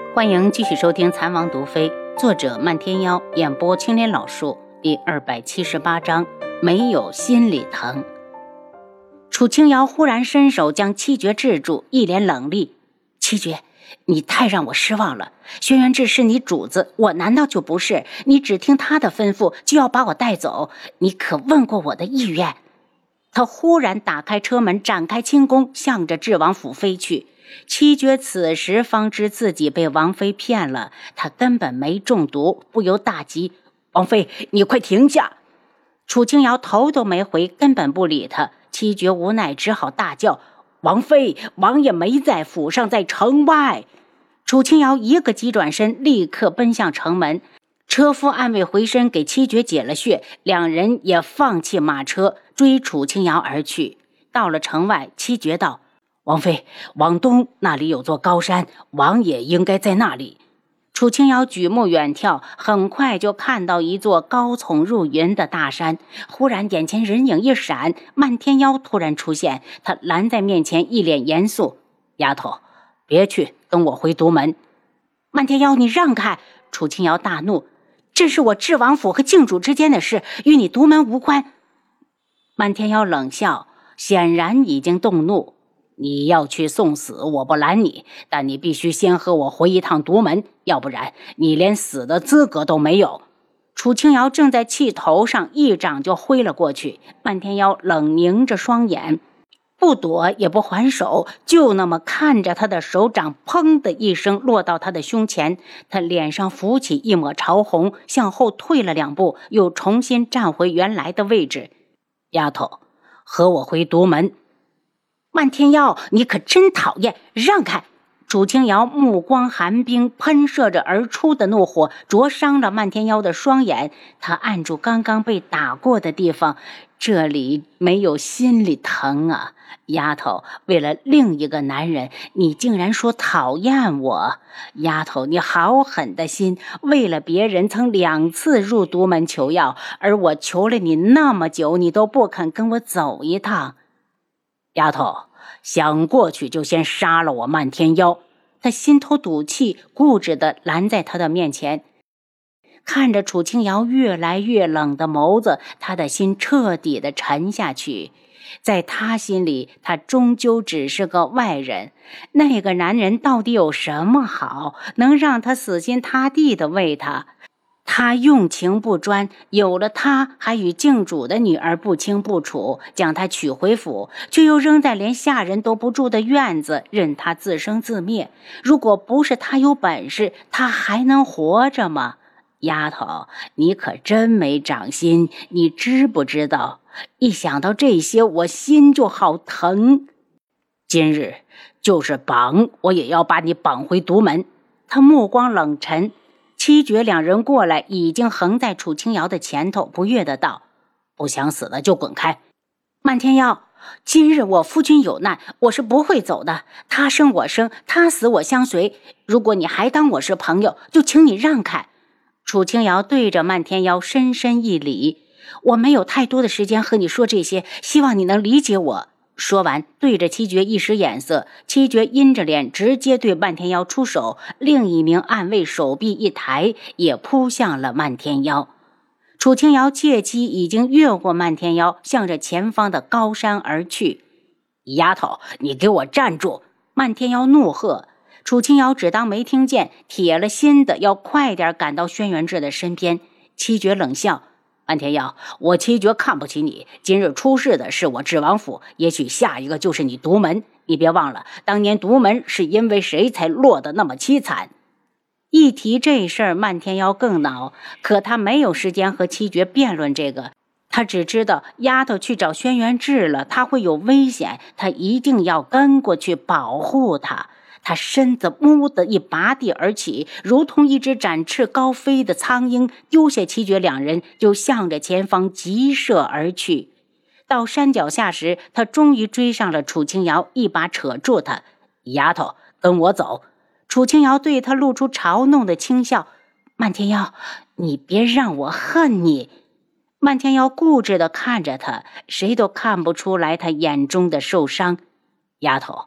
欢迎继续收听《残王毒妃》，作者漫天妖，演播青莲老树，第278章，没有心里疼。楚清瑶忽然伸手将七绝制住，一脸冷厉：七绝，你太让我失望了。轩辕志是你主子，我难道就不是？你只听他的吩咐就要把我带走，你可问过我的意愿？他忽然打开车门，展开轻功，向着智王府飞去。七绝此时方知自己被王妃骗了，他根本没中毒，不由大急：王妃，你快停下！楚清瑶头都没回，根本不理他。七绝无奈只好大叫：王妃，王爷没在府上，在城外！楚清瑶一个急转身，立刻奔向城门。车夫按位回身给七绝解了穴，两人也放弃马车，追楚清瑶而去。到了城外，七绝道：王妃，往东那里有座高山，王爷应该在那里。楚清瑶举目远眺，很快就看到一座高耸入云的大山。忽然眼前人影一闪，漫天妖突然出现，他拦在面前，一脸严肃：丫头，别去，跟我回独门。漫天妖，你让开！楚清瑶大怒：这是我智王府和靖主之间的事，与你独门无关。漫天妖冷笑，显然已经动怒：你要去送死，我不拦你，但你必须先和我回一趟独门，要不然你连死的资格都没有。楚清瑶正在气头上，一掌就挥了过去。漫天妖冷凝着双眼，不躲也不还手，就那么看着他的手掌砰的一声落到他的胸前。他脸上浮起一抹潮红，向后退了2步，又重新站回原来的位置。丫头，和我回独门。漫天妖，你可真讨厌，让开！楚清瑶目光寒冰，喷射着而出的怒火灼伤了漫天妖的双眼。他按住刚刚被打过的地方，这里没有心里疼啊！丫头，为了另一个男人，你竟然说讨厌我！丫头，你好狠的心，为了别人曾2次入独门求药，而我求了你那么久，你都不肯跟我走一趟。丫头，想过去就先杀了我漫天妖！他心头赌气，固执地拦在他的面前。看着楚清瑶越来越冷的眸子，他的心彻底地沉下去。在他心里，他终究只是个外人。那个男人到底有什么好，能让他死心塌地地为他？他用情不专，有了他还与靖主的女儿不清不楚，将他娶回府，却又扔在连下人都不住的院子，任他自生自灭。如果不是他有本事，他还能活着吗？丫头，你可真没长心，你知不知道？一想到这些，我心就好疼。今日就是绑，我也要把你绑回独门。他目光冷沉。七绝两人过来，已经横在楚清瑶的前头，不悦的道：不想死的就滚开！漫天妖，今日我夫君有难，我是不会走的。他生我生，他死我相随。如果你还当我是朋友，就请你让开。楚清瑶对着漫天妖深深一礼：我没有太多的时间和你说这些，希望你能理解我。说完，对着七绝一使眼色，七绝阴着脸直接对漫天妖出手，另一名暗卫手臂一抬，也扑向了漫天妖。楚清瑶借机已经越过漫天妖，向着前方的高山而去。丫头，你给我站住！漫天妖怒喝。楚清瑶只当没听见，铁了心的要快点赶到轩辕志的身边。七绝冷笑：漫天妖，我七绝看不起你，今日出事的是我智王府，也许下一个就是你独门。你别忘了，当年独门是因为谁才落得那么凄惨。一提这事儿，漫天妖更恼，可他没有时间和七绝辩论这个。他只知道丫头去找轩辕志了，他会有危险，他一定要跟过去保护他。他身子蓦地一拔地而起，如同一只展翅高飞的苍鹰，丢下七绝两人，就向着前方急射而去。到山脚下时，他终于追上了楚清瑶，一把扯住他：丫头，跟我走。楚清瑶对他露出嘲弄的轻笑：漫天妖，你别让我恨你。漫天妖固执地看着他，谁都看不出来他眼中的受伤。丫头，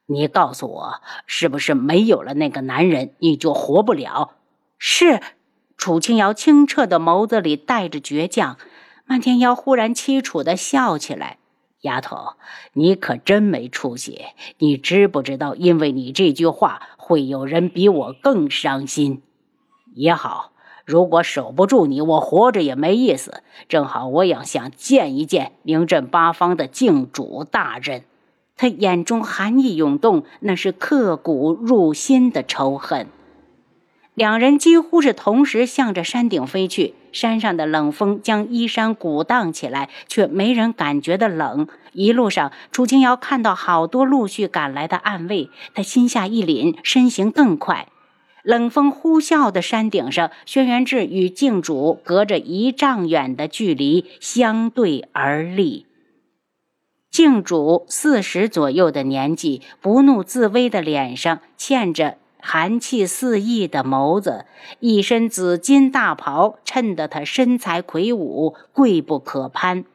你告诉我，是不是没有了那个男人，你就活不了？ 是。楚清瑶清澈的眸子里带着倔强。漫天妖忽然凄楚地笑起来。 丫头，你可真没出息！你知不知道，因为你这句话，会有人比我更伤心？也好，如果守不住你，我活着也没意思。正好我也想见一见名震八方的靖主大人。 他眼中寒意涌动，那是刻骨入心的仇恨。两人几乎是同时向着山顶飞去，山上的冷风将衣衫鼓荡起来，却没人感觉的冷。一路上，楚清瑶看到好多陆续赶来的暗卫，他心下一凛，身形更快。冷风呼啸的山顶上，轩辕志与靖主隔着1丈远的距离相对而立。靖主40左右的年纪，不怒自威的脸上嵌着寒气四溢的眸子，一身紫金大袍衬得他身材魁梧，贵不可攀。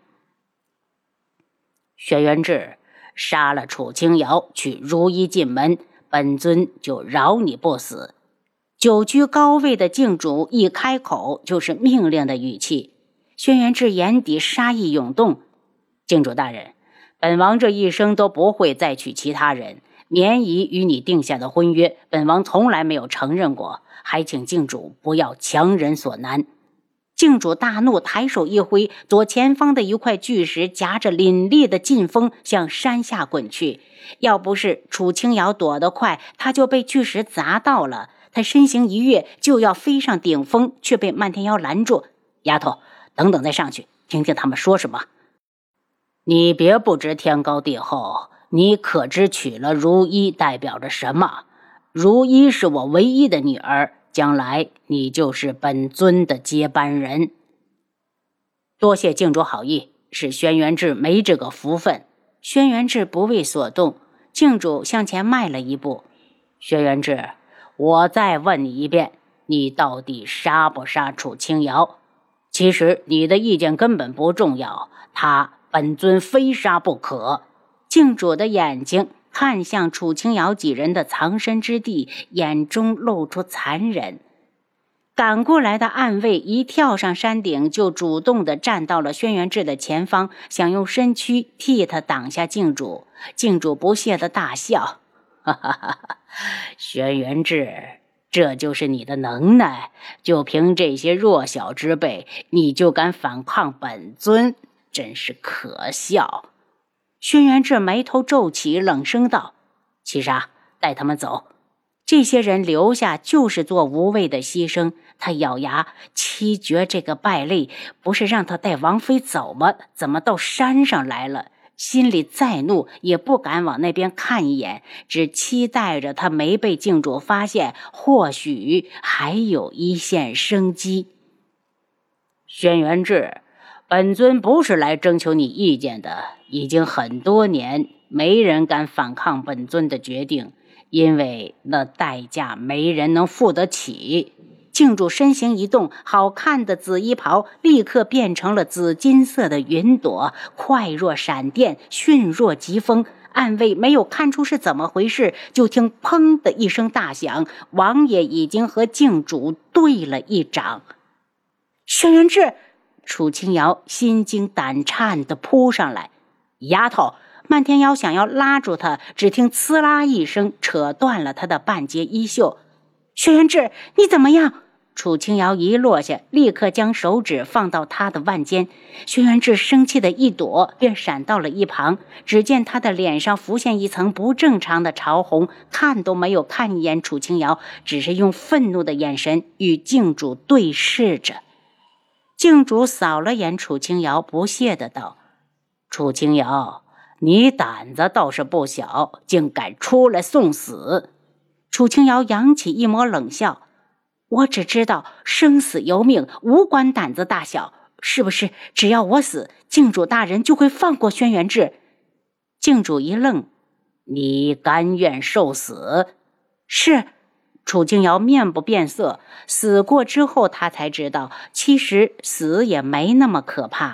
轩辕志，杀了楚清瑶，取如衣进门，本尊就饶你不死。 久居高位的靖主一开口就是命令的语气。轩辕志眼底杀意涌动。 靖主大人，本王这一生都不会再娶其他人，免已与你定下的婚约，本王从来没有承认过，还请靖主不要强人所难。 靖主大怒，抬手一挥，左前方的一块巨石夹着凛冽的劲风向山下滚去。要不是楚清瑶躲得快，他就被巨石砸到了。他身形一跃，就要飞上顶峰，却被漫天妖拦住。 丫头，等等再上去，听听他们说什么。你别不知天高地厚，你可知娶了如一代表着什么？如一是我唯一的女儿，将来你就是本尊的接班人。多谢靖主好意，是轩辕志没这个福分。 轩辕志不为所动，靖主向前迈了一步。 轩辕志，我再问你一遍，你到底杀不杀楚清瑶？其实你的意见根本不重要，本尊非杀不可。 靖主的眼睛看向楚清瑶几人的藏身之地，眼中露出残忍。赶过来的暗卫一跳上山顶，就主动地站到了轩辕志的前方，想用身躯替他挡下靖主。靖主不屑地大笑， 哈哈哈哈，轩辕志，这就是你的能耐？就凭这些弱小之辈，你就敢反抗本尊？真是可笑。 轩辕志眉头皱起，冷声道： 七杀，带他们走。 这些人留下就是做无谓的牺牲。他咬牙，七绝这个败类，不是让他带王妃走吗？怎么到山上来了？心里再怒也不敢往那边看一眼，只期待着他没被靖主发现，或许还有一线生机。 轩辕志，本尊不是来征求你意见的，已经很多年没人敢反抗本尊的决定，因为那代价没人能付得起。 靖主身形一动，好看的紫衣袍立刻变成了紫金色的云朵，快若闪电，迅若疾风。暗卫没有看出是怎么回事，就听砰的一声大响，王爷已经和靖主对了一掌。轩辕志，楚清瑶心惊胆颤地扑上来。 丫头！ 漫天妖想要拉住他，只听呲啦一声，扯断了他的半截衣袖。轩辕志，你怎么样？楚清瑶一落下，立刻将手指放到他的腕间。轩辕志生气的一躲，便闪到了一旁。只见他的脸上浮现一层不正常的潮红，看都没有看一眼楚清瑶，只是用愤怒的眼神与靖主对视着。靖主扫了眼楚清瑶，不屑的道： 楚清瑶，你胆子倒是不小，竟敢出来送死。 楚清瑶扬起一抹冷笑：我只知道生死由命，无关胆子大小，是不是只要我死，靖主大人就会放过轩辕志？ 靖主一愣：你甘愿受死？ 是。楚清瑶面不变色，死过之后他才知道，其实死也没那么可怕。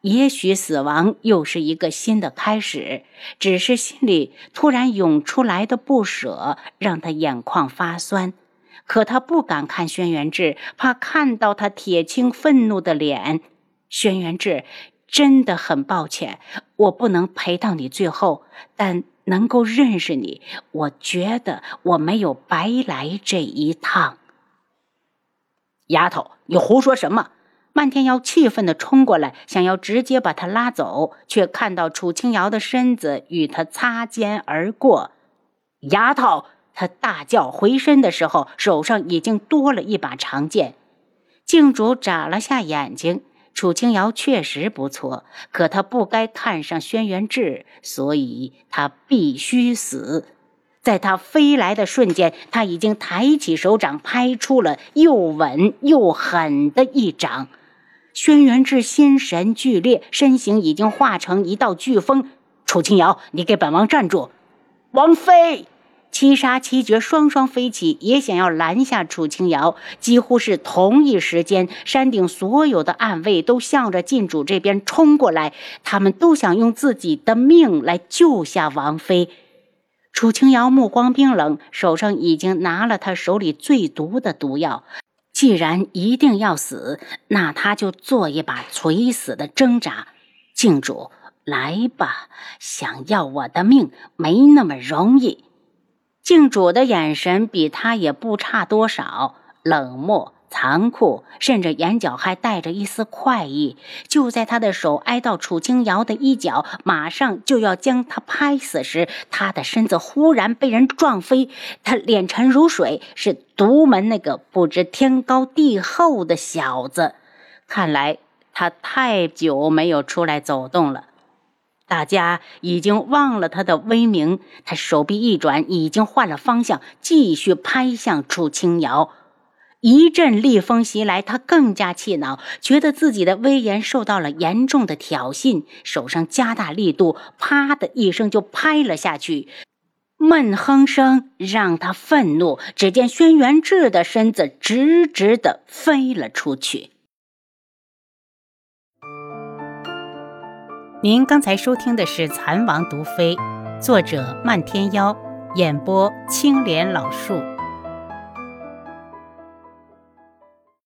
也许死亡又是一个新的开始，只是心里突然涌出来的不舍让他眼眶发酸。可他不敢看轩辕志，怕看到他铁青愤怒的脸。轩辕志，真的很抱歉，我不能陪到你最后，但能够认识你，我觉得我没有白来这一趟。 丫头，你胡说什么？ 漫天妖气愤地冲过来，想要直接把他拉走，却看到楚清瑶的身子与他擦肩而过。 丫头！ 他大叫回身的时候，手上已经多了一把长剑。镜主眨了下眼睛，楚清瑶确实不错，可他不该看上轩辕志，所以他必须死。在他飞来的瞬间，他已经抬起手掌拍出了又稳又狠的一掌。轩辕志心神剧烈，身形已经化成一道飓风。 楚清瑶，你给本王站住！王妃！ 七杀七绝双双飞起，也想要拦下楚清瑶。几乎是同一时间，山顶所有的暗卫都向着禁主这边冲过来，他们都想用自己的命来救下王妃。楚清瑶目光冰冷，手上已经拿了他手里最毒的毒药。既然一定要死，那他就做一把垂死的挣扎。镜主，来吧，想要我的命没那么容易。镜主的眼神比他也不差多少，冷漠残酷，甚至眼角还带着一丝快意。就在他的手挨到楚清瑶的衣角，马上就要将他拍死时，他的身子忽然被人撞飞，他脸沉如水，是独门那个不知天高地厚的小子。看来他太久没有出来走动了，大家已经忘了他的威名。他手臂一转，已经换了方向，继续拍向楚清瑶。一阵厉风袭来，他更加气恼，觉得自己的威严受到了严重的挑衅，手上加大力度，啪的一声就拍了下去。闷哼声让他愤怒，只见轩辕志的身子直直地飞了出去。 您刚才收听的是《蚕王毒妃》，作者漫天妖，演播青莲老树。